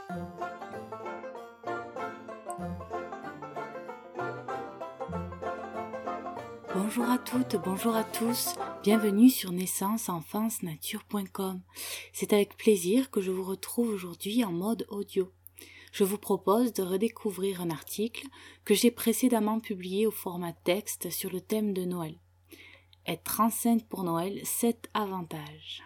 Bonjour à toutes, bonjour à tous, bienvenue sur naissance-enfance-nature.com. C'est avec plaisir que je vous retrouve aujourd'hui en mode audio. Je vous propose de redécouvrir un article que j'ai précédemment publié au format texte sur le thème de Noël. Être enceinte pour Noël, 7 avantages.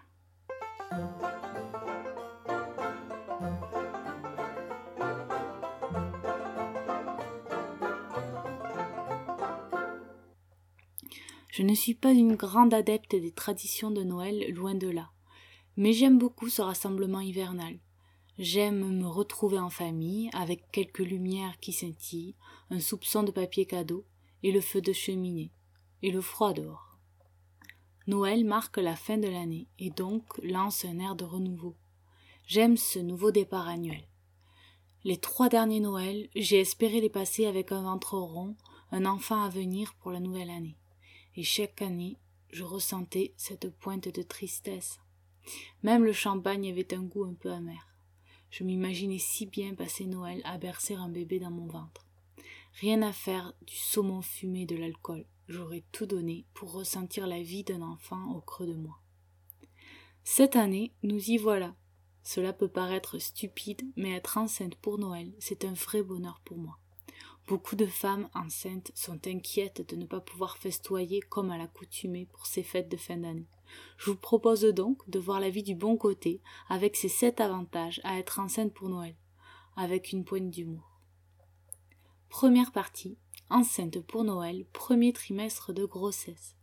Je ne suis pas une grande adepte des traditions de Noël, loin de là, mais j'aime beaucoup ce rassemblement hivernal. J'aime me retrouver en famille, avec quelques lumières qui scintillent, un soupçon de papier cadeau, et le feu de cheminée, et le froid dehors. Noël marque la fin de l'année, et donc lance un air de renouveau. J'aime ce nouveau départ annuel. Les 3 derniers Noëls, j'ai espéré les passer avec un ventre rond, un enfant à venir pour la nouvelle année. Et chaque année, je ressentais cette pointe de tristesse. Même le champagne avait un goût un peu amer. Je m'imaginais si bien passer Noël à bercer un bébé dans mon ventre. Rien à faire du saumon fumé de l'alcool. J'aurais tout donné pour ressentir la vie d'un enfant au creux de moi. Cette année, nous y voilà. Cela peut paraître stupide, mais être enceinte pour Noël, c'est un vrai bonheur pour moi. Beaucoup de femmes enceintes sont inquiètes de ne pas pouvoir festoyer comme à l'accoutumée pour ces fêtes de fin d'année. Je vous propose donc de voir la vie du bon côté avec ces 7 avantages à être enceinte pour Noël, avec une poigne d'humour. Première partie, enceinte pour Noël, premier trimestre de grossesse.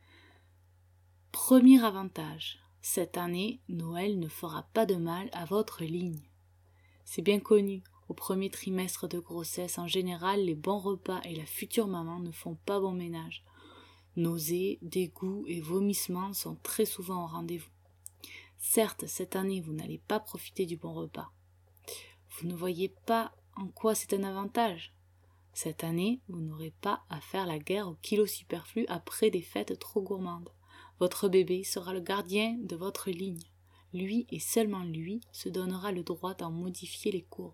Premier avantage, cette année, Noël ne fera pas de mal à votre ligne. C'est bien connu. Au premier trimestre de grossesse, en général, les bons repas et la future maman ne font pas bon ménage. Nausées, dégoûts et vomissements sont très souvent au rendez-vous. Certes, cette année, vous n'allez pas profiter du bon repas. Vous ne voyez pas en quoi c'est un avantage. Cette année, vous n'aurez pas à faire la guerre aux kilos superflus après des fêtes trop gourmandes. Votre bébé sera le gardien de votre ligne. Lui et seulement lui se donnera le droit d'en modifier les courbes.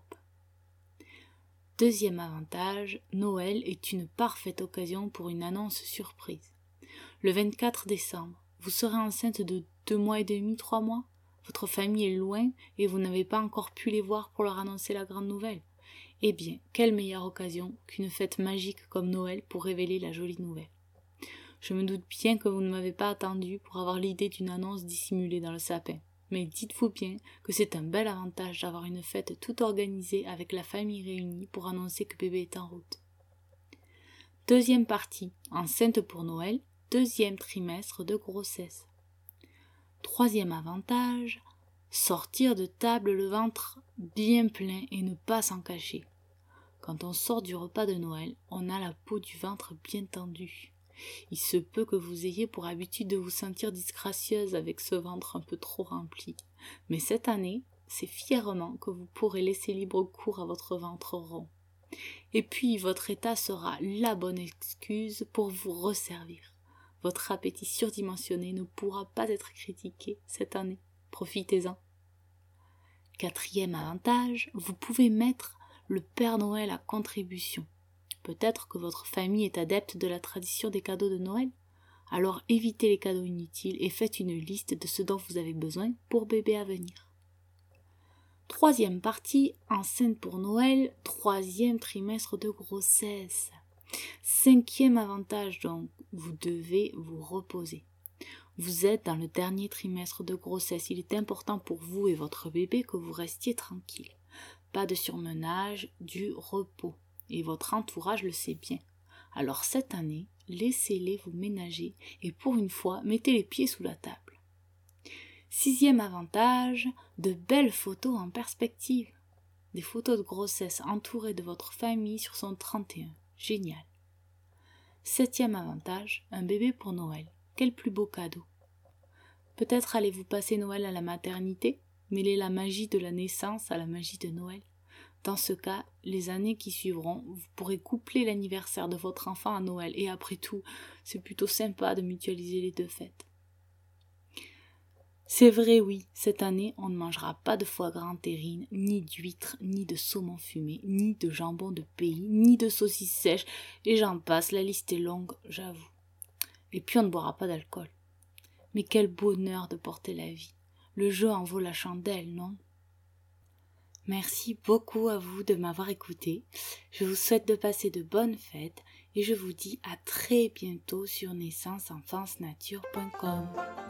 Deuxième avantage, Noël est une parfaite occasion pour une annonce surprise. Le 24 décembre, vous serez enceinte de 2 mois et demi, 3 mois. Votre famille est loin et vous n'avez pas encore pu les voir pour leur annoncer la grande nouvelle. Eh bien, quelle meilleure occasion qu'une fête magique comme Noël pour révéler la jolie nouvelle. Je me doute bien que vous ne m'avez pas attendu pour avoir l'idée d'une annonce dissimulée dans le sapin. Mais dites-vous bien que c'est un bel avantage d'avoir une fête toute organisée avec la famille réunie pour annoncer que bébé est en route. Deuxième partie, enceinte pour Noël, 2e trimestre de grossesse. Troisième avantage, sortir de table le ventre bien plein et ne pas s'en cacher. Quand on sort du repas de Noël, on a la peau du ventre bien tendue. Il se peut que vous ayez pour habitude de vous sentir disgracieuse avec ce ventre un peu trop rempli. Mais cette année, c'est fièrement que vous pourrez laisser libre cours à votre ventre rond. Et puis, votre état sera la bonne excuse pour vous resservir. Votre appétit surdimensionné ne pourra pas être critiqué cette année. Profitez-en. 4e avantage, vous pouvez mettre le Père Noël à contribution. Peut-être que votre famille est adepte de la tradition des cadeaux de Noël. Alors évitez les cadeaux inutiles et faites une liste de ce dont vous avez besoin pour bébé à venir. 3e partie, enceinte pour Noël, 3e trimestre de grossesse. 5e avantage donc, vous devez vous reposer. Vous êtes dans le dernier trimestre de grossesse. Il est important pour vous et votre bébé que vous restiez tranquille. Pas de surmenage, du repos. Et votre entourage le sait bien. Alors cette année, laissez-les vous ménager et pour une fois, mettez les pieds sous la table. 6e avantage, de belles photos en perspective. Des photos de grossesse entourées de votre famille sur son 31. Génial. 7e avantage, un bébé pour Noël. Quel plus beau cadeau. Peut-être allez-vous passer Noël à la maternité, mêler la magie de la naissance à la magie de Noël. Dans ce cas, les années qui suivront, vous pourrez coupler l'anniversaire de votre enfant à Noël. Et après tout, c'est plutôt sympa de mutualiser les 2 fêtes. C'est vrai, oui, cette année, on ne mangera pas de foie gras en terrine, ni d'huîtres, ni de saumon fumé, ni de jambon de pays, ni de saucisses sèches, et j'en passe, la liste est longue, j'avoue. Et puis on ne boira pas d'alcool. Mais quel bonheur de porter la vie. Le jeu en vaut la chandelle, non ? Merci beaucoup à vous de m'avoir écouté. Je vous souhaite de passer de bonnes fêtes et je vous dis à très bientôt sur naissanceenfancenature.com.